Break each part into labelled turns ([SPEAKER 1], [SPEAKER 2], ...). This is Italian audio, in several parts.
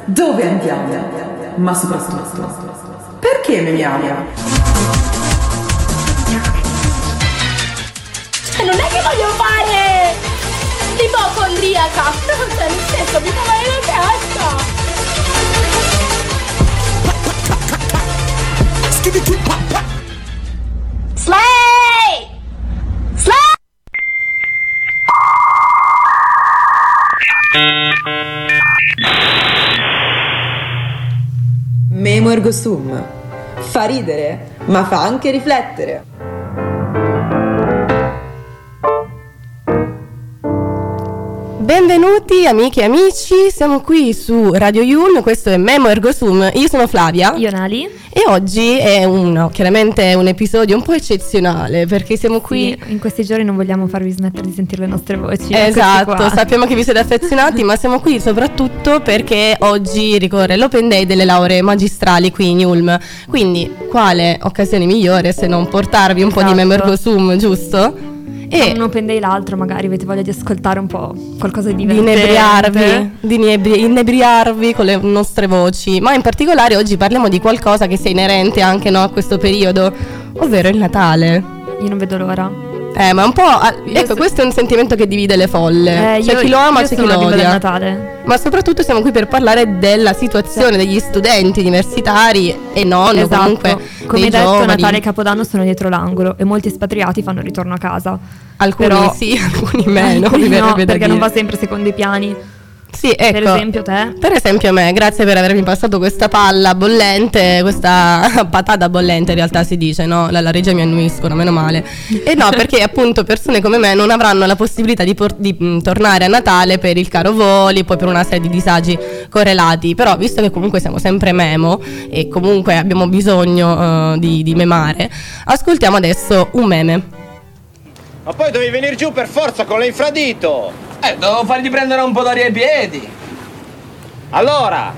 [SPEAKER 1] Dove andiamo? Ma soprattutto, perché memiamo?
[SPEAKER 2] Non è che voglio fare l'ipocondriaca, cioè nel senso mi fa male la testa. Slay! Slay!
[SPEAKER 3] Memo ergo sum. Fa ridere, ma fa anche riflettere.
[SPEAKER 4] Benvenuti amiche e amici, siamo qui su Radio Yulm, questo è Memo ergo sum, io sono Flavia.
[SPEAKER 5] Io Nali.
[SPEAKER 4] E oggi è chiaramente un episodio un po' eccezionale perché siamo qui...
[SPEAKER 5] Sì, in questi giorni non vogliamo farvi smettere di sentire le nostre voci.
[SPEAKER 4] Esatto, sappiamo che vi siete affezionati, ma siamo qui soprattutto perché oggi ricorre l'Open Day delle lauree magistrali qui in Yulm. Quindi quale occasione migliore se non portarvi un po' di Memo ergo sum, giusto?
[SPEAKER 5] E un open day l'altro, magari avete voglia di ascoltare un po' qualcosa di divertente,
[SPEAKER 4] di inebriarvi con le nostre voci. Ma in particolare oggi parliamo di qualcosa che sia inerente anche a questo periodo, ovvero il Natale.
[SPEAKER 5] Io non vedo l'ora.
[SPEAKER 4] Ma un po'. Ecco, questo è un sentimento che divide le folle. C'è chi lo ama, c'è chi lo odia.
[SPEAKER 5] Natale.
[SPEAKER 4] Ma soprattutto siamo qui per parlare della situazione degli studenti universitari e non,
[SPEAKER 5] esatto.
[SPEAKER 4] Comunque
[SPEAKER 5] come
[SPEAKER 4] dei
[SPEAKER 5] detto,
[SPEAKER 4] giovani.
[SPEAKER 5] Natale e Capodanno sono dietro l'angolo e molti espatriati fanno ritorno a casa.
[SPEAKER 4] Alcuni
[SPEAKER 5] però,
[SPEAKER 4] sì, alcuni meno.
[SPEAKER 5] Alcuni no, perché non va sempre secondo i piani.
[SPEAKER 4] Sì, ecco.
[SPEAKER 5] Per esempio te?
[SPEAKER 4] Per esempio me, grazie per avermi passato questa palla bollente, questa patata bollente in realtà si dice, no? La regia mi annuiscono, meno male. E no, perché appunto persone come me non avranno la possibilità di tornare a Natale per il caro voli, poi per una serie di disagi correlati. Però visto che comunque siamo sempre memo e comunque abbiamo bisogno di memare, ascoltiamo adesso un meme.
[SPEAKER 6] Ma poi devi venire giù per forza con l'infradito!
[SPEAKER 7] Devo fargli prendere un po' d'aria ai piedi.
[SPEAKER 6] Allora!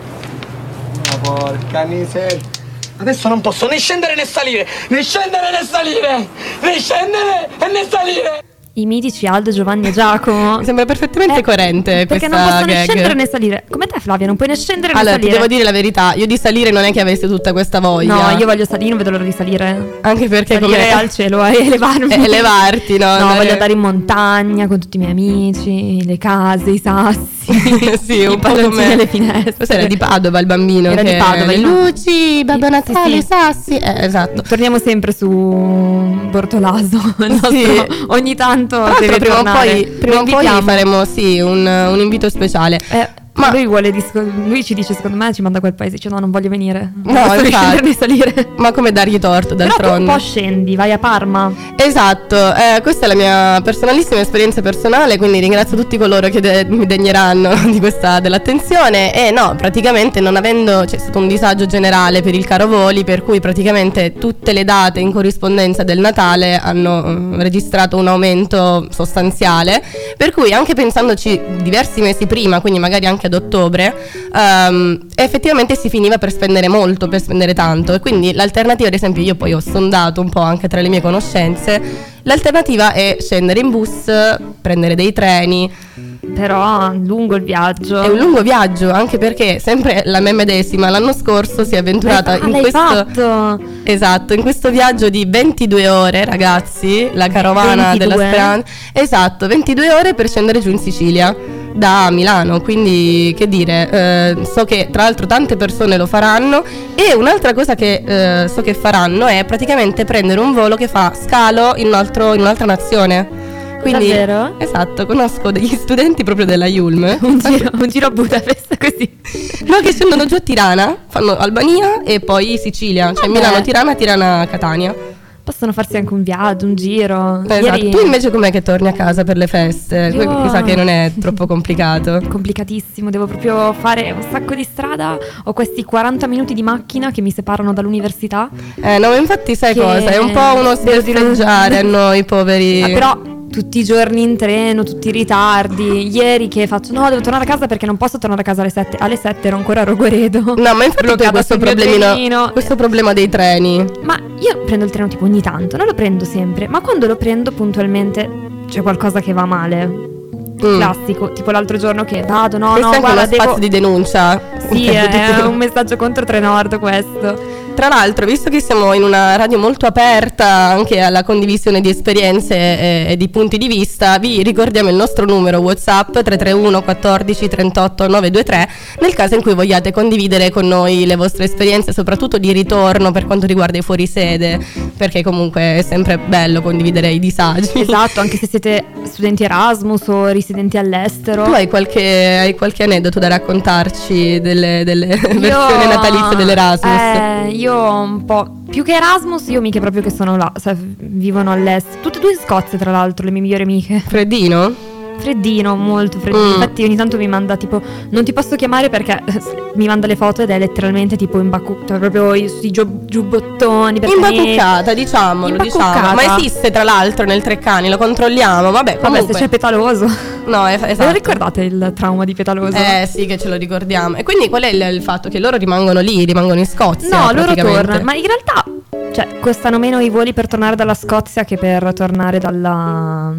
[SPEAKER 7] Ma porca miseria. Adesso non posso né scendere né salire, né scendere né salire, né scendere e né salire.
[SPEAKER 5] I mitici Aldo, Giovanni e Giacomo.
[SPEAKER 4] Mi sembra perfettamente coerente
[SPEAKER 5] perché
[SPEAKER 4] questa
[SPEAKER 5] non possono né
[SPEAKER 4] gag.
[SPEAKER 5] scendere né salire. Come te Flavia, non puoi né scendere né
[SPEAKER 4] allora,
[SPEAKER 5] salire.
[SPEAKER 4] Allora, ti devo dire la verità, io di salire non è che avessi tutta questa voglia.
[SPEAKER 5] No, io voglio salire, non vedo l'ora di salire.
[SPEAKER 4] Anche perché
[SPEAKER 5] salire
[SPEAKER 4] come
[SPEAKER 5] al cielo e elevarmi.
[SPEAKER 4] Elevarti, no?
[SPEAKER 5] No, voglio andare in montagna con tutti i miei amici, le case, i sassi.
[SPEAKER 4] Sì, un po' come
[SPEAKER 5] le finestre.
[SPEAKER 4] Cos'era di Padova il bambino?
[SPEAKER 5] Era
[SPEAKER 4] che
[SPEAKER 5] di Padova,
[SPEAKER 4] le luci, Babbo Natale,
[SPEAKER 5] sì.
[SPEAKER 4] sassi. Esatto.
[SPEAKER 5] Torniamo sempre su Bortolaso.
[SPEAKER 4] Sì.
[SPEAKER 5] Ogni tanto
[SPEAKER 4] deve
[SPEAKER 5] prima
[SPEAKER 4] o poi faremo un invito speciale.
[SPEAKER 5] Ma lui ci dice, secondo me ci manda a quel paese, dice no, non voglio venire.
[SPEAKER 4] No, infatti.
[SPEAKER 5] Salire.
[SPEAKER 4] Ma come dargli torto d'altronde?
[SPEAKER 5] Però tu un po' scendi, vai a Parma.
[SPEAKER 4] Esatto, questa è la mia personalissima esperienza personale, quindi ringrazio tutti coloro che mi degneranno dell'attenzione. E no, praticamente non avendo, c'è stato un disagio generale per il caro voli, per cui praticamente tutte le date in corrispondenza del Natale hanno registrato un aumento sostanziale, per cui anche pensandoci diversi mesi prima, quindi magari anche ad ottobre, effettivamente si finiva per spendere molto, per spendere tanto. E quindi l'alternativa, ad esempio, io poi ho sondato un po' anche tra le mie conoscenze, l'alternativa è scendere in bus, prendere dei treni.
[SPEAKER 5] Però lungo il viaggio.
[SPEAKER 4] È un lungo viaggio, anche perché sempre la me medesima l'anno scorso si è avventurata in questo viaggio di 22 ore, ragazzi, la carovana
[SPEAKER 5] 22.
[SPEAKER 4] della speranza. Esatto, 22 ore per scendere giù in Sicilia da Milano, quindi che dire, so che tra l'altro tante persone lo faranno. E un'altra cosa che so che faranno è praticamente prendere un volo che fa scalo in un'altra nazione. Quindi,
[SPEAKER 5] davvero?
[SPEAKER 4] Esatto, conosco degli studenti proprio della Yulm.
[SPEAKER 5] un giro a Budapest così.
[SPEAKER 4] No, che scendono giù a Tirana, fanno Albania e poi Sicilia, cioè Milano-Tirana, Tirana-Catania.
[SPEAKER 5] Possono farsi anche un viaggio, un giro.
[SPEAKER 4] Esatto. Tu invece com'è che torni a casa per le feste? Mi sa che non è troppo complicato.
[SPEAKER 5] Complicatissimo, devo proprio fare un sacco di strada. Ho questi 40 minuti di macchina che mi separano dall'università.
[SPEAKER 4] No, infatti sai cosa? È un po' uno sbeffeggiare a noi poveri.
[SPEAKER 5] Però tutti i giorni in treno, tutti i ritardi. Ieri che faccio, no, devo tornare a casa perché non posso tornare a casa alle 7. Alle 7 ero ancora a Rogoredo.
[SPEAKER 4] No, ma infatti tu hai questo problema dei treni.
[SPEAKER 5] Ma io prendo il treno tipo ogni tanto, non lo prendo sempre, ma quando lo prendo puntualmente c'è qualcosa che va male. classico, tipo l'altro giorno che vado, no,
[SPEAKER 4] Questo è anche
[SPEAKER 5] guarda,
[SPEAKER 4] uno spazio di denuncia.
[SPEAKER 5] Sì, è un messaggio contro Trenord questo.
[SPEAKER 4] Tra l'altro, visto che siamo in una radio molto aperta anche alla condivisione di esperienze e di punti di vista, vi ricordiamo il nostro numero WhatsApp 331 14 38 923 nel caso in cui vogliate condividere con noi le vostre esperienze, soprattutto di ritorno per quanto riguarda i fuorisede, perché comunque è sempre bello condividere i disagi.
[SPEAKER 5] Esatto, anche se siete studenti Erasmus o residenti all'estero.
[SPEAKER 4] Tu hai qualche aneddoto da raccontarci delle versioni natalizie dell'Erasmus?
[SPEAKER 5] Io un po' più che Erasmus, io mica proprio che sono là, vivono all'estero. Tutte e due in Scozia, tra l'altro, le mie migliori amiche.
[SPEAKER 4] Freddino?
[SPEAKER 5] Freddino, molto freddino. Infatti ogni tanto mi manda tipo, non ti posso chiamare perché mi manda le foto ed è letteralmente tipo cioè proprio i giubbottoni
[SPEAKER 4] imbacuccata, diciamolo. Ma esiste tra l'altro nel Treccani, lo controlliamo. Vabbè, comunque.
[SPEAKER 5] Se c'è Petaloso.
[SPEAKER 4] No, esatto.
[SPEAKER 5] Lo ricordate il trauma di Petaloso?
[SPEAKER 4] Sì, che ce lo ricordiamo. E quindi qual è il fatto? Che loro rimangono lì, rimangono in Scozia?
[SPEAKER 5] No, loro tornano. Ma in realtà, cioè, costano meno i voli per tornare dalla Scozia che per tornare dalla...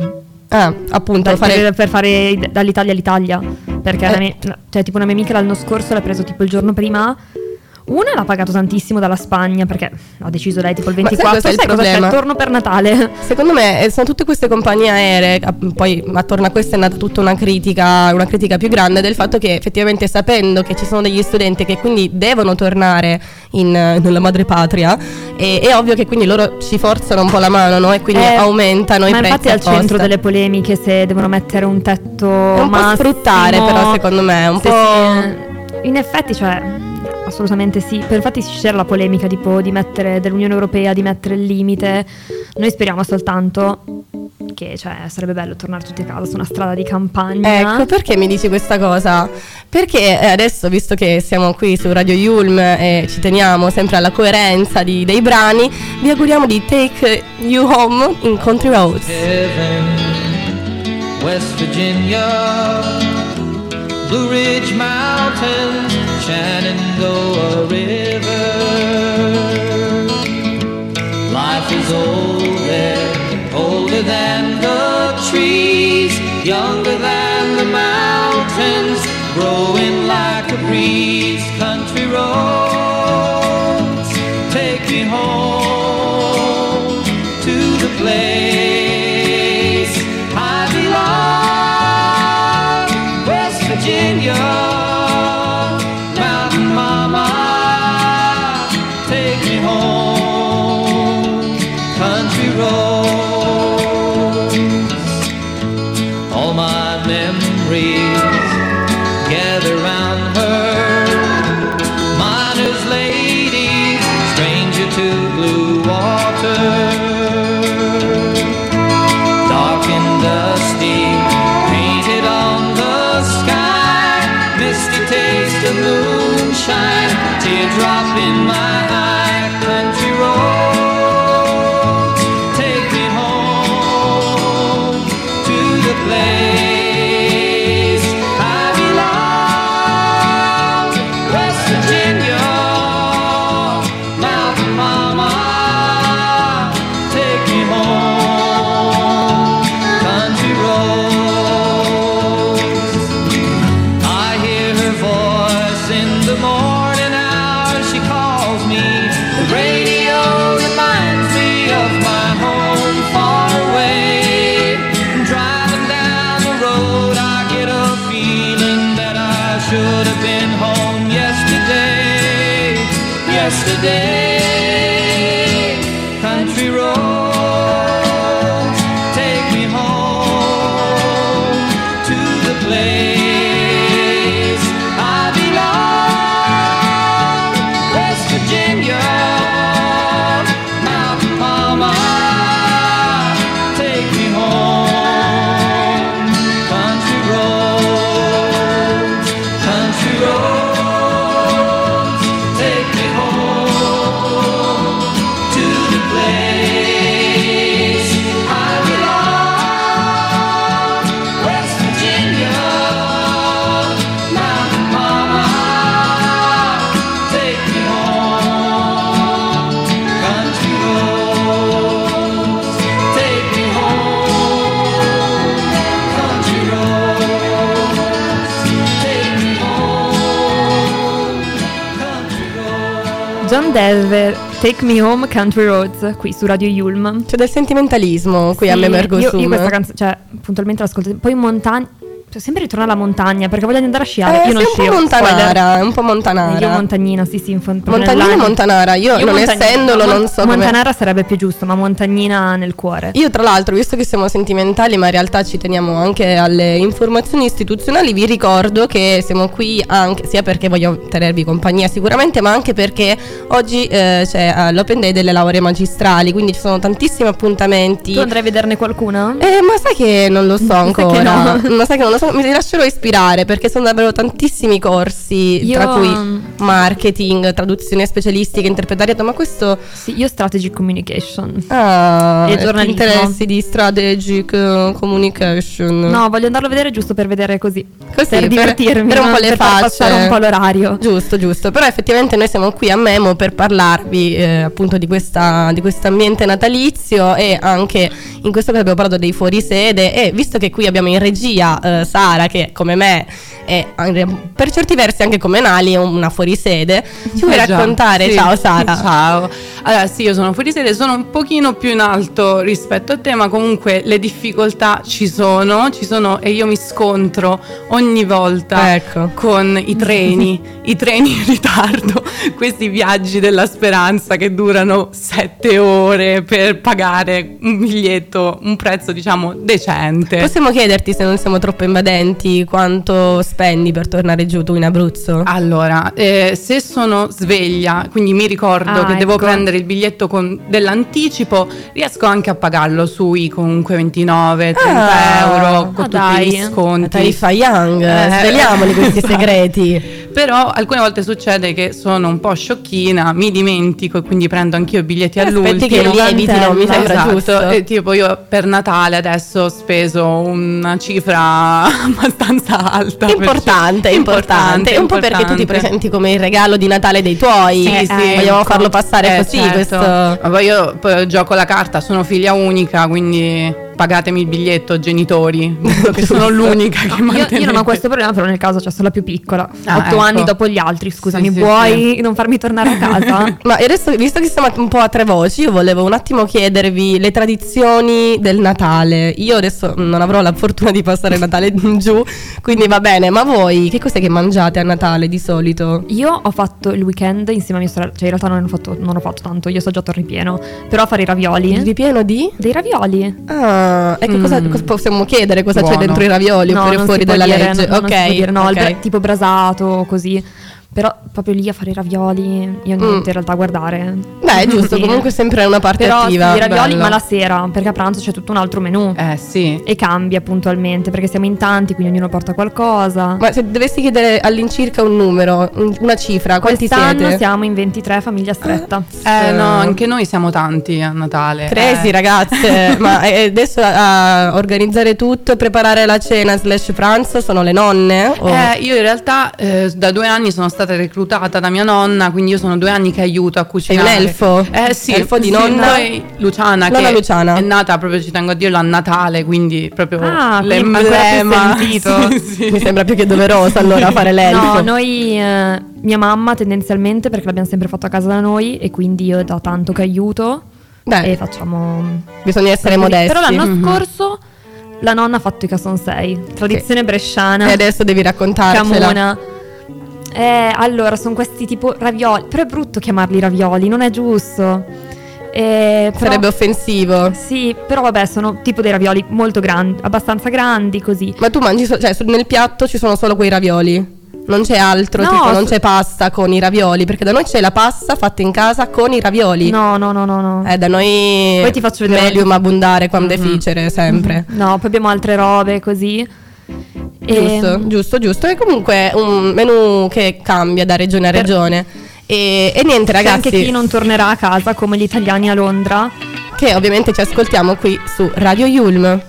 [SPEAKER 4] appunto
[SPEAKER 5] per fare dall'Italia all'Italia. Perché cioè, tipo una mia amica l'anno scorso l'ha preso tipo il giorno prima. Una l'ha pagato tantissimo dalla Spagna perché ha deciso lei tipo il 24.
[SPEAKER 4] Sai cosa c'è?
[SPEAKER 5] Il torno per Natale.
[SPEAKER 4] Secondo me sono tutte queste compagnie aeree. Poi attorno a questa è nata tutta una critica più grande del fatto che effettivamente, sapendo che ci sono degli studenti che quindi devono tornare nella madrepatria, è ovvio che quindi loro ci forzano un po' la mano, no? E quindi aumentano i prezzi.
[SPEAKER 5] Ma infatti è al centro delle polemiche se devono mettere un tetto
[SPEAKER 4] è un
[SPEAKER 5] massimo.
[SPEAKER 4] Po' sfruttare, però secondo me è un po'.
[SPEAKER 5] Sì. In effetti, cioè, assolutamente sì. Infatti c'era la polemica tipo di mettere dell'Unione Europea, di mettere il limite. Noi speriamo soltanto che, cioè, sarebbe bello tornare tutti a casa su una strada di campagna.
[SPEAKER 4] Ecco, perché mi dici questa cosa? Perché adesso, visto che siamo qui su Radio Yulm e ci teniamo sempre alla coerenza dei brani, vi auguriamo di Take You Home in Country Roads.
[SPEAKER 8] West Virginia, Blue Ridge Mountains, Shenandoah River. Life is old there, older than the trees, younger than the mountains, growing like a breeze. Country roads, take me home to the place I belong, West Virginia. Teardrop in my eye, country road, take me home to the place I belong, West Virginia, Mountain Mama, take me home, country roads. I hear her voice in the morning. Yesterday, country roads, take me home to the place I belong, West Virginia, Mountain Mama, take me home, country roads, take me home.
[SPEAKER 5] John Denver, Take Me Home Country Roads, qui su Radio Yulm.
[SPEAKER 4] C'è del sentimentalismo qui
[SPEAKER 5] Sì,
[SPEAKER 4] a Memergo Sum.
[SPEAKER 5] io questa canzone, cioè, puntualmente l'ascolto. Poi in montagna, cioè, sempre ritorno alla montagna perché voglio andare a sciare. Io non
[SPEAKER 4] sei
[SPEAKER 5] scio.
[SPEAKER 4] un po' montanara,
[SPEAKER 5] spoiler.
[SPEAKER 4] è un po' montanara.
[SPEAKER 5] Io montagnina, sì,
[SPEAKER 4] montagnina e montanara. Io non
[SPEAKER 5] montagnina,
[SPEAKER 4] essendolo non so come.
[SPEAKER 5] Montanara sarebbe più giusto, ma montagnina nel cuore.
[SPEAKER 4] Io tra l'altro, visto che siamo sentimentali ma in realtà ci teniamo anche alle informazioni istituzionali, vi ricordo che siamo qui anche sia perché voglio tenervi compagnia sicuramente, ma anche perché oggi c'è l'Open Day delle lauree magistrali, quindi ci sono tantissimi appuntamenti.
[SPEAKER 5] Tu andrai a vederne qualcuno?
[SPEAKER 4] Ma sai che non lo so ancora.
[SPEAKER 5] Sai che no.
[SPEAKER 4] Ma sai che non lo so, mi lascerò ispirare perché sono davvero tantissimi corsi, tra cui marketing, traduzione specialistica, interpretariato, ma questo...
[SPEAKER 5] Sì, io strategic communication.
[SPEAKER 4] E
[SPEAKER 5] giornalismo.
[SPEAKER 4] Interessi di strategic communication.
[SPEAKER 5] No, voglio andarlo a vedere giusto per vedere così
[SPEAKER 4] per
[SPEAKER 5] divertirmi,
[SPEAKER 4] per un po' le
[SPEAKER 5] per far
[SPEAKER 4] facce,
[SPEAKER 5] passare un po' l'orario.
[SPEAKER 4] Giusto. Però effettivamente noi siamo qui a Memo per parlarvi appunto di quest'ambiente natalizio, e anche in questo caso abbiamo parlato dei fuorisede, e visto che qui abbiamo in regia Sara, che come me è per certi versi anche come Nali è una fuorisede, ci vuoi raccontare?
[SPEAKER 9] Sì.
[SPEAKER 4] Ciao Sara.
[SPEAKER 9] Ciao. Allora sì, io sono fuorisede, sono un pochino più in alto rispetto a te, ma comunque le difficoltà ci sono e io mi scontro ogni volta con i treni in ritardo, questi viaggi della speranza che durano 7 ore per pagare un biglietto, un prezzo diciamo decente.
[SPEAKER 4] Possiamo chiederti, se non siamo troppo invadenti, quanto spendi per tornare giù tu in Abruzzo?
[SPEAKER 9] Allora, se sono sveglia, quindi mi ricordo che devo prendere il biglietto con dell'anticipo, riesco anche a pagarlo sui comunque 29-30 euro con tutti gli sconti.
[SPEAKER 4] La tariffa Young, sveliamoli questi segreti.
[SPEAKER 9] Però alcune volte succede che sono un po' sciocchina, mi dimentico e quindi prendo anch'io i biglietti all'ultimo.
[SPEAKER 4] Aspetti che lievitino, mi sembra giusto.
[SPEAKER 9] E tipo io per Natale adesso ho speso una cifra abbastanza alta.
[SPEAKER 4] Importante. Un po' perché tu ti presenti come il regalo di Natale dei tuoi.
[SPEAKER 9] Sì,
[SPEAKER 4] vogliamo farlo passare così,
[SPEAKER 9] certo.
[SPEAKER 4] questo.
[SPEAKER 9] Ma poi io gioco la carta, sono figlia unica, quindi pagatemi il biglietto, genitori, che sono l'unica che mantenete.
[SPEAKER 5] Io non ho questo problema, però nel caso c'è solo la più piccola, 8
[SPEAKER 9] ecco.
[SPEAKER 5] anni dopo gli altri. Scusami,
[SPEAKER 9] Sì,
[SPEAKER 5] vuoi non farmi tornare a casa?
[SPEAKER 4] Ma adesso, visto che siamo un po' a tre voci, io volevo un attimo chiedervi le tradizioni del Natale. Io adesso non avrò la fortuna di passare il Natale giù, quindi va bene, ma voi che cos'è che mangiate a Natale di solito?
[SPEAKER 5] Io ho fatto il weekend insieme a mia sorella, cioè in realtà non ho fatto tanto, io so già il ripieno, però a fare i ravioli.
[SPEAKER 4] Il ripieno di?
[SPEAKER 5] Dei ravioli.
[SPEAKER 4] E che cosa possiamo chiedere? Cosa c'è dentro i ravioli oppure fuori dalla legge?
[SPEAKER 5] Tipo brasato, così. Però proprio lì a fare i ravioli, io niente in realtà a guardare.
[SPEAKER 4] Beh, giusto, comunque sempre una parte
[SPEAKER 5] però
[SPEAKER 4] attiva.
[SPEAKER 5] Però i ravioli,
[SPEAKER 4] bello.
[SPEAKER 5] ma la sera, perché a pranzo c'è tutto un altro menù.
[SPEAKER 9] Sì.
[SPEAKER 5] E cambia puntualmente, perché siamo in tanti, quindi ognuno porta qualcosa.
[SPEAKER 4] Ma se dovessi chiedere all'incirca un numero, una cifra, quanti
[SPEAKER 5] quest'anno
[SPEAKER 4] siete?
[SPEAKER 5] siamo in 23, famiglia stretta.
[SPEAKER 9] No, anche noi siamo tanti a Natale.
[SPEAKER 4] Crazy ragazze. Ma adesso a organizzare tutto e preparare la cena / pranzo sono le nonne?
[SPEAKER 9] Io in realtà da 2 anni sono stata reclutata da mia nonna, quindi io sono 2 anni che aiuto a cucinare.
[SPEAKER 4] Sei un elfo?
[SPEAKER 9] Sì.
[SPEAKER 4] Elfo di nonna?
[SPEAKER 9] Poi Luciana,
[SPEAKER 4] Nonna
[SPEAKER 9] che
[SPEAKER 4] Luciana.
[SPEAKER 9] è nata proprio, ci tengo a dirlo, a Natale, quindi proprio
[SPEAKER 5] l'emblema.
[SPEAKER 4] Mi sembra più che doveroso allora fare l'elfo.
[SPEAKER 5] No, noi mia mamma tendenzialmente, perché l'abbiamo sempre fatto a casa da noi e quindi io da tanto che aiuto. E facciamo.
[SPEAKER 4] Bisogna essere modesti.
[SPEAKER 5] Però l'anno scorso la nonna ha fatto i casonsei, tradizione bresciana.
[SPEAKER 4] E adesso devi raccontarcela.
[SPEAKER 5] Camona. Allora sono questi tipo ravioli, però è brutto chiamarli ravioli, non è giusto.
[SPEAKER 4] Sarebbe offensivo.
[SPEAKER 5] Sì, però vabbè, sono tipo dei ravioli molto grandi, abbastanza grandi così.
[SPEAKER 4] Ma tu mangi, cioè nel piatto ci sono solo quei ravioli? Non c'è altro,
[SPEAKER 5] No,
[SPEAKER 4] tipo non c'è pasta con i ravioli? Perché da noi c'è la pasta fatta in casa con i ravioli.
[SPEAKER 5] No.
[SPEAKER 4] Da noi
[SPEAKER 5] poi ti faccio vedere
[SPEAKER 4] medium abbondare quando deficere sempre.
[SPEAKER 5] No, poi abbiamo altre robe così.
[SPEAKER 4] Giusto. E comunque un menù che cambia da regione a regione. E niente ragazzi,
[SPEAKER 5] c'è anche chi non tornerà a casa come gli italiani a Londra,
[SPEAKER 4] che ovviamente ci ascoltiamo qui su Radio Yulm.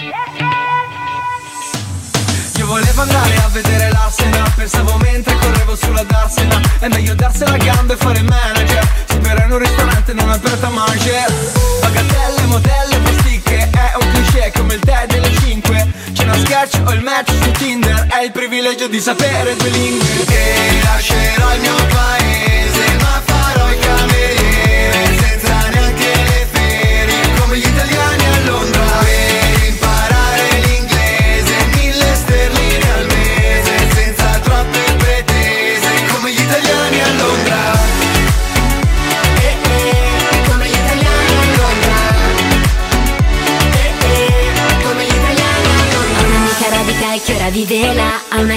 [SPEAKER 10] Io volevo andare a vedere l'Arsenal, pensavo mentre correvo sulla Darsena, è meglio darsela a gambe e fare manager, supera in un ristorante non aperto a manger. Bagatelle, modelle, pasticche, è un cliché come il tè delle 5. C'è una sketch o il match su Tinder, è il privilegio di sapere 2 lingue. E lascerò il mio paese, ma farò il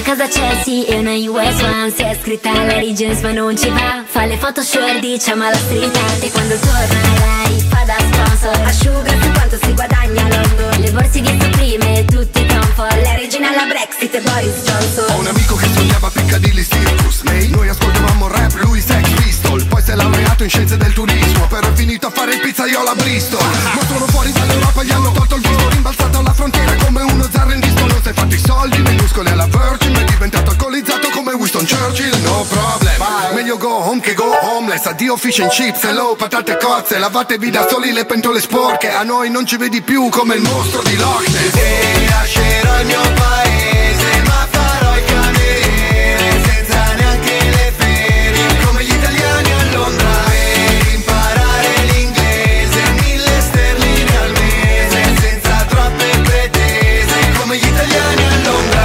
[SPEAKER 11] casa Chelsea e una US One. Si è iscritta alla Regents ma non ci va. Fa le foto short, diciamo alla street art. E quando torna lei fa da sponsor. Asciuga su quanto si guadagna a London. Le borse di Supreme e tutti i comfort. La regina alla Brexit e Boris Johnson.
[SPEAKER 12] Ho un amico che sognava Piccadilly Circus. Noi ascoltavamo rap, lui Sex Pistol. Poi si è laureato in scienze del turismo, però è finito a fare il pizzaiolo a Bristol. Ma sono fuori dall'Europa, gli hanno tolto il visto. Rimbalzato alla frontiera come uno zar in disco. Non si è fatto i soldi nei muscoli alla Virgin. È diventato alcolizzato come Winston Churchill. No problem, meglio go home che go homeless. Addio fish and chips, hello patate cozze. Lavatevi da soli le pentole sporche. A noi non ci vedi più come il mostro di Loch Ness. E lascerò il mio paese, ma farò il cameriere senza neanche le ferie, come gli italiani a Londra. E imparare l'inglese, 1000 sterline al mese, senza troppe pretese, come gli italiani a Londra.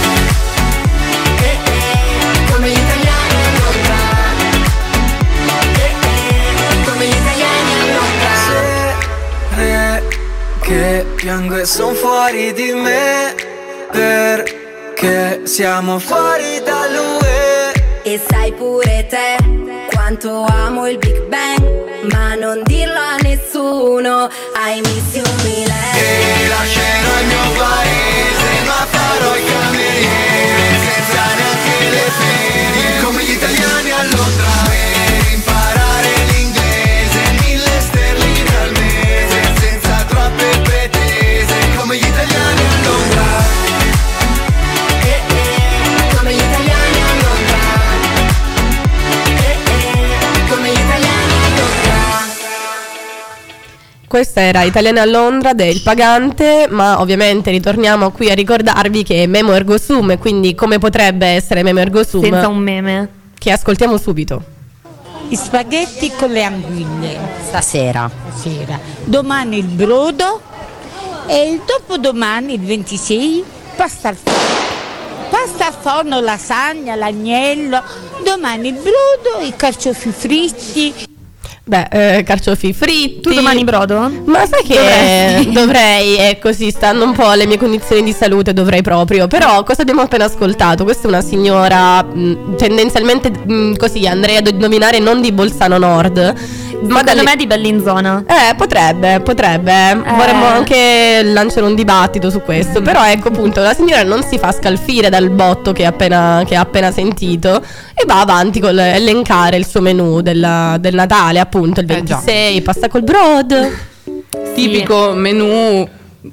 [SPEAKER 11] Come gli italiani a Londra. Come gli italiani a Londra.
[SPEAKER 10] Che piango e son fuori di me, perché siamo fuori dall'UE.
[SPEAKER 11] E sai pure te quanto amo il Big Bang, ma non dirlo a nessuno. I miss you mille.
[SPEAKER 12] E lascerò il mio paese, ma farò il cameriere senza neanche le ferie, come gli italiani a Londra. Per imparare l'inglese, 1000 sterline al mese, senza troppe pretese, come gli italiani a Londra.
[SPEAKER 11] Come gli italiani a Londra. Come gli italiani a Londra.
[SPEAKER 4] Questa era Italiana a Londra del Pagante, ma ovviamente ritorniamo qui a ricordarvi che è Memo Ergo Sum, e quindi come potrebbe essere Memo Ergo Sum
[SPEAKER 5] Senza un meme.
[SPEAKER 4] che ascoltiamo subito.
[SPEAKER 13] Gli spaghetti con le anguille
[SPEAKER 14] Stasera.
[SPEAKER 13] domani il brodo e il dopodomani il 26 pasta al forno, lasagna, l'agnello, domani il brodo, i carciofi fritti.
[SPEAKER 4] Beh, carciofi fritti.
[SPEAKER 5] Tu domani brodo?
[SPEAKER 4] Ma sai che dovrei, è così, stando un po' alle mie condizioni di salute, dovrei proprio. Però cosa abbiamo appena ascoltato? Questa è una signora tendenzialmente così, andrei ad indovinare, non di Bolzano Nord, ma
[SPEAKER 5] secondo me di Bellinzona.
[SPEAKER 4] Potrebbe. Vorremmo anche lanciare un dibattito su questo. Però ecco, appunto, la signora non si fa scalfire dal botto che ha appena sentito e va avanti con l'elencare il suo menù del Natale, appunto il 26, pasta col brodo.
[SPEAKER 9] Tipico menù.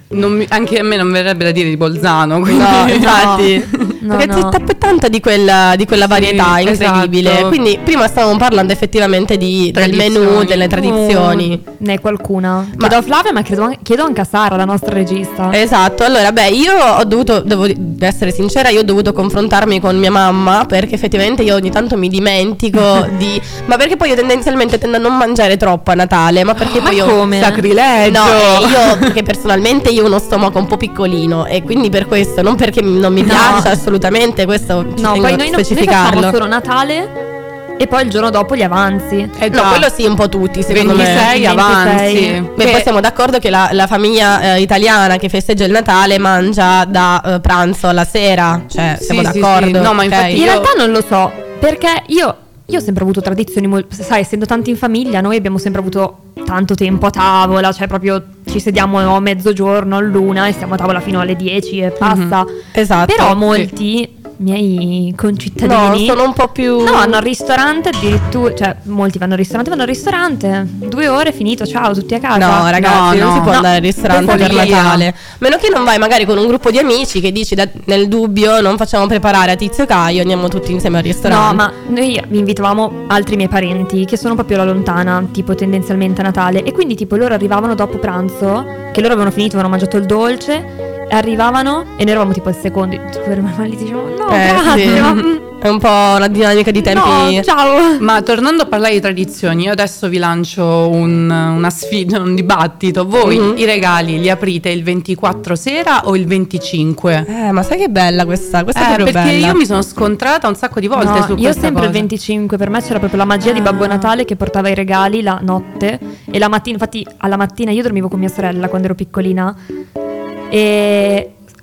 [SPEAKER 9] Anche a me non verrebbe da dire di Bolzano, quindi
[SPEAKER 4] no, infatti perché c'è tanta di quella varietà incredibile.
[SPEAKER 9] Esatto.
[SPEAKER 4] Quindi prima stavamo parlando effettivamente del menù, delle tradizioni.
[SPEAKER 5] Ne è qualcuna? Chiedo a Flavia, ma chiedo anche a Sara, la nostra regista.
[SPEAKER 4] Esatto. Allora, io ho dovuto, devo essere sincera, io ho dovuto confrontarmi con mia mamma, perché effettivamente io ogni tanto mi dimentico ma perché poi io tendenzialmente tendo a non mangiare troppo a Natale, ma perché poi
[SPEAKER 5] come?
[SPEAKER 9] Sacrilegio.
[SPEAKER 4] No, io perché personalmente io ho uno stomaco un po' piccolino, e quindi per questo, non perché non mi piaccia assolutamente, questo
[SPEAKER 5] no, poi noi
[SPEAKER 4] specificarlo.
[SPEAKER 5] Noi facciamo solo Natale e poi il giorno dopo gli avanzi.
[SPEAKER 4] No, quello sì, un po' tutti, secondo
[SPEAKER 9] 26
[SPEAKER 4] me.
[SPEAKER 9] avanzi.
[SPEAKER 4] Beh, poi siamo d'accordo che la famiglia italiana che festeggia il Natale mangia da pranzo alla sera, cioè siamo d'accordo.
[SPEAKER 9] Sì. No, ma infatti
[SPEAKER 5] in realtà non lo so, perché io ho sempre avuto tradizioni, sai, essendo tanti in famiglia, noi abbiamo sempre avuto tanto tempo a tavola, cioè proprio ci sediamo a mezzogiorno, all'una e stiamo a tavola fino alle 10 e passa.
[SPEAKER 4] Esatto.
[SPEAKER 5] Però molti miei concittadini
[SPEAKER 4] sono un po' più
[SPEAKER 5] vanno al ristorante addirittura, cioè molti vanno al ristorante 2 ore, finito, ciao, tutti a casa.
[SPEAKER 4] No ragazzi, non si può andare al ristorante per
[SPEAKER 5] follia.
[SPEAKER 4] Natale, meno che non vai magari con un gruppo di amici che dici nel dubbio non facciamo preparare a Tizio Caio, andiamo tutti insieme al ristorante.
[SPEAKER 5] No, ma noi invitavamo altri miei parenti che sono proprio alla lontana, tipo tendenzialmente a Natale, e quindi tipo loro arrivavano dopo pranzo, che loro avevano finito, avevano mangiato il dolce, arrivavano e noi eravamo tipo al secondo, tipo eravamo lì, dicevamo no grazie,
[SPEAKER 4] sì. È un po' la dinamica di tempi.
[SPEAKER 5] No, ciao.
[SPEAKER 9] Ma tornando a parlare di tradizioni, io adesso vi lancio una sfida, un dibattito. Voi i regali li aprite il 24 sera o il 25?
[SPEAKER 4] Ma sai che bella questa è proprio
[SPEAKER 9] perché
[SPEAKER 4] bella.
[SPEAKER 9] io mi sono scontrata un sacco di volte su questa
[SPEAKER 5] io sempre
[SPEAKER 9] cosa.
[SPEAKER 5] il 25, per me c'era proprio la magia di Babbo Natale che portava i regali la notte e la mattina, infatti alla mattina io dormivo con mia sorella quando ero piccolina e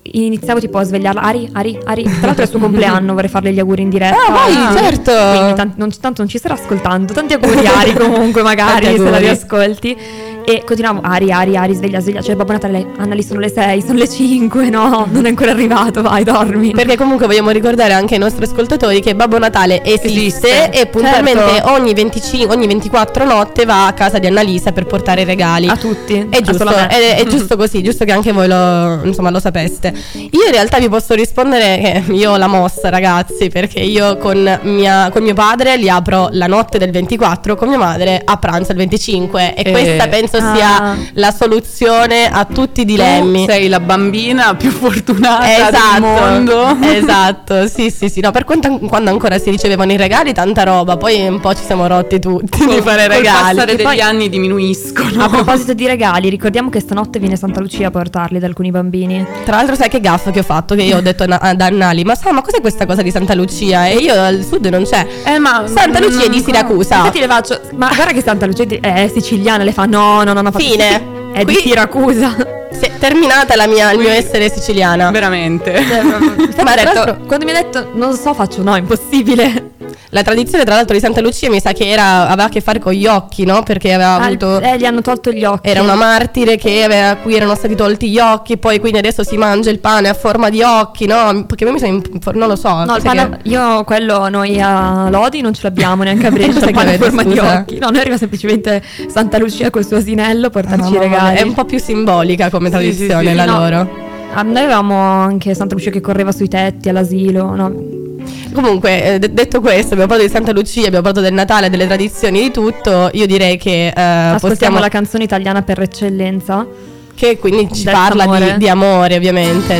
[SPEAKER 5] iniziavo tipo a svegliarla. Ari. Tra l'altro è il suo compleanno, vorrei farle gli auguri in diretta.
[SPEAKER 4] Vai, certo.
[SPEAKER 5] Quindi tanto non ci starà ascoltando. Tanti auguri Ari comunque, magari se la riascolti. E continuiamo, Ari, sveglia, cioè Babbo Natale, Annalì sono le 6, sono le 5, no, non è ancora arrivato, vai, dormi.
[SPEAKER 4] Perché comunque vogliamo ricordare anche ai nostri ascoltatori che Babbo Natale esiste e puntualmente ogni 24 notte va a casa di Annalisa per portare i regali.
[SPEAKER 5] A tutti.
[SPEAKER 4] È giusto, è giusto così, giusto che anche voi lo sapeste. Io in realtà vi posso rispondere che io ho la mossa, ragazzi, perché io con mio padre li apro la notte del 24, con mia madre a pranzo il 25 e questa penso sia la soluzione a tutti i dilemmi.
[SPEAKER 9] Tu sei la bambina più fortunata del mondo.
[SPEAKER 4] Esatto, sì, no, per quando ancora si ricevevano i regali, tanta roba, poi un po' ci siamo rotti tutti di fare regali.
[SPEAKER 9] Col passare degli anni diminuiscono.
[SPEAKER 5] A proposito di regali, ricordiamo che stanotte viene Santa Lucia a portarli da alcuni bambini.
[SPEAKER 4] Tra l'altro sai che gaff che ho fatto? Che io ho detto ad Annali, ma cos'è questa cosa di Santa Lucia? E io al sud non c'è.
[SPEAKER 5] Ma
[SPEAKER 4] Santa Lucia è di Siracusa.
[SPEAKER 5] Infatti le faccio, ma guarda che Santa Lucia è siciliana, le fa no,
[SPEAKER 4] fine.
[SPEAKER 5] È di Siracusa.
[SPEAKER 4] È terminata il mio essere siciliana.
[SPEAKER 9] Veramente.
[SPEAKER 5] Ma quando mi ha detto non so, faccio no, impossibile.
[SPEAKER 4] La tradizione tra l'altro di Santa Lucia mi sa che aveva a che fare con gli occhi, no? Perché aveva avuto
[SPEAKER 5] gli hanno tolto gli occhi.
[SPEAKER 4] Era una martire a cui erano stati tolti gli occhi. Poi quindi adesso si mangia il pane a forma di occhi, no? Perché a me non lo so.
[SPEAKER 5] No, il pane, io quello noi a Lodi non ce l'abbiamo neanche a Brescia, il pane a forma di occhi. No, noi arriva semplicemente Santa Lucia col suo asinello a portarci i regali.
[SPEAKER 4] È un po' più simbolica come tradizione la loro.
[SPEAKER 5] Noi avevamo anche Santa Lucia che correva sui tetti all'asilo, no?
[SPEAKER 4] Comunque, detto questo, abbiamo parlato di Santa Lucia, abbiamo parlato del Natale, delle tradizioni, di tutto. Io direi che
[SPEAKER 5] ascoltiamo la canzone italiana per eccellenza,
[SPEAKER 4] che quindi ci parla di amore, ovviamente.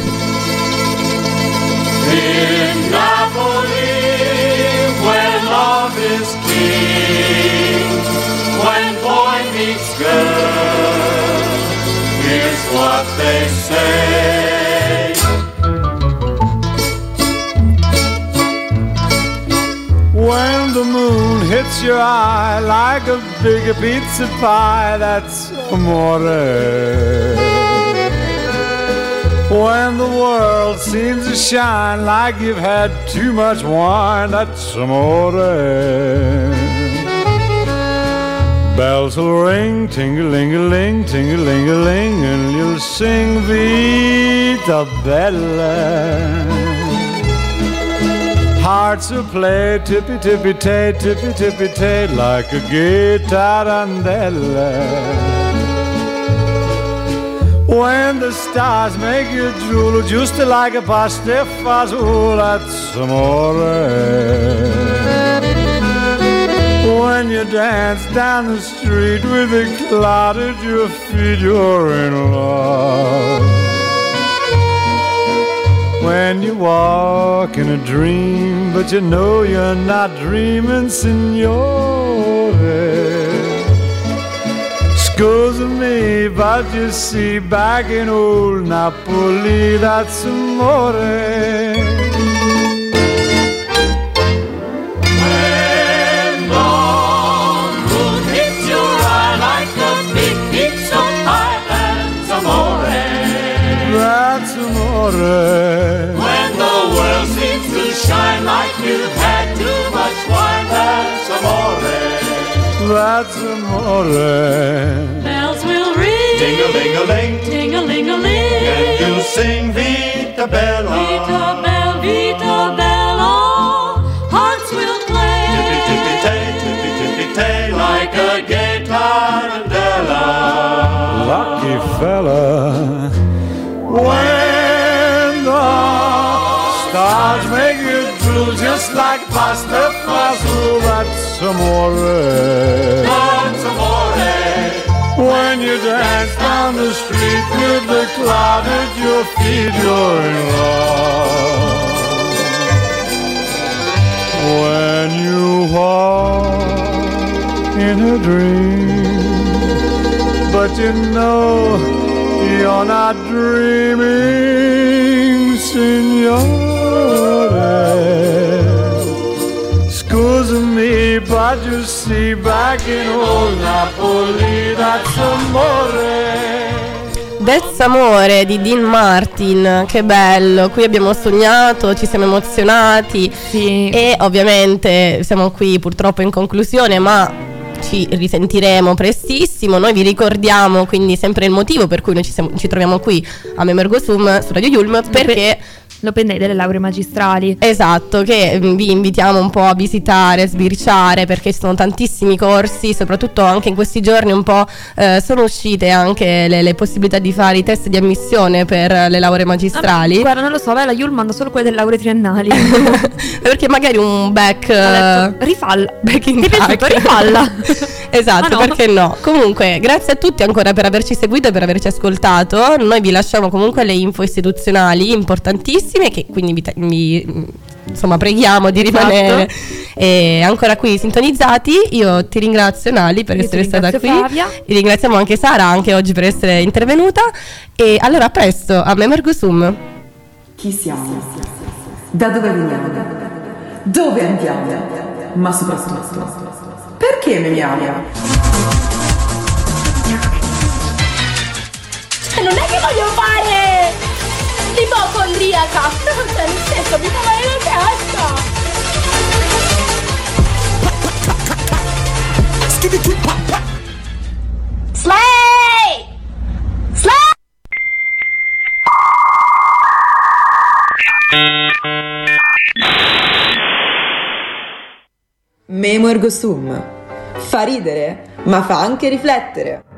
[SPEAKER 10] In Napoli, where love is king, when boy meets girl, here's what they say. When the moon hits your eye like a big pizza pie, that's amore. When the world seems to shine like you've had too much wine, that's amore. Bells will ring, ting-a-ling-a-ling, ting-a-ling-a-ling, and you'll sing Vita Bella. Hearts will play tippy-tippy-tay, tippy-tippy-tay, like a gay tarantella. When the stars make you drool, just like a pasta fazool, that's amore. When you dance down the street with a cloud at your feet, you're in love. When you walk in a dream, but you know you're not dreaming, signore. Scusa me, but you see, back in old Napoli, that's amore. When the moon hits your eye like a big pizza pie, that's amore. That's amore. When the world seems to shine like you've had too much wine, that's amore. That's amore.
[SPEAKER 14] Bells will ring,
[SPEAKER 10] Ting-a-ling-a-ling,
[SPEAKER 14] ting-a-ling-a-ling,
[SPEAKER 10] and you'll sing Vita Bella.
[SPEAKER 14] Vita Bella, Vita Bella. Hearts will play,
[SPEAKER 10] Tippy-tippy-tay, tippy-tippy-tay, like a gay tarantella.
[SPEAKER 12] Lucky fella.
[SPEAKER 10] When the stars make you drool, just like pasta fazool, that's amore. That's amore. When you dance down the street with the cloud at your feet, you're in love. When you walk in a dream, but you know you're not dreaming, signore. Scusa me, but you see, back in old Napoli, that's amore.
[SPEAKER 4] Amore di Dean Martin, che bello, qui abbiamo sognato, ci siamo emozionati,
[SPEAKER 5] sì.
[SPEAKER 4] E ovviamente siamo qui purtroppo in conclusione, ma ci risentiremo prestissimo. Noi vi ricordiamo quindi sempre il motivo per cui noi ci troviamo qui a Memo Ergo Sum su Radio Yulm, perché
[SPEAKER 5] l'Open Day delle lauree magistrali.
[SPEAKER 4] Esatto, che vi invitiamo un po' a visitare, sbirciare, perché ci sono tantissimi corsi, soprattutto anche in questi giorni un po' sono uscite anche le possibilità di fare i test di ammissione per le lauree magistrali.
[SPEAKER 5] Guarda, non lo so, la Yulm manda solo quelle delle lauree triennali.
[SPEAKER 4] Perché magari un
[SPEAKER 5] rifalla.
[SPEAKER 4] Back in
[SPEAKER 5] ti è piaciuto?
[SPEAKER 4] track.
[SPEAKER 5] Rifalla.
[SPEAKER 4] Esatto,
[SPEAKER 5] no?
[SPEAKER 4] Perché no? Comunque, grazie a tutti ancora per averci seguito e per averci ascoltato. Noi vi lasciamo comunque le info istituzionali importantissime, che quindi vi insomma preghiamo di rimanere ancora qui sintonizzati. Io ti ringrazio, Nali, per essere stata qui.
[SPEAKER 5] Flavia.
[SPEAKER 4] E ringraziamo anche Sara, anche oggi, per essere intervenuta. E allora a presto, a Memo Ergo Sum.
[SPEAKER 1] Chi siamo? Da dove veniamo? Dove andiamo? Ma soprattutto, perché memiamo?
[SPEAKER 2] Non è che voglio fare l'ipocondriaca, cioè nel senso mi fa male la testa. Slay! Slay!
[SPEAKER 3] Memo Ergo Sum. Fa ridere, ma fa anche riflettere.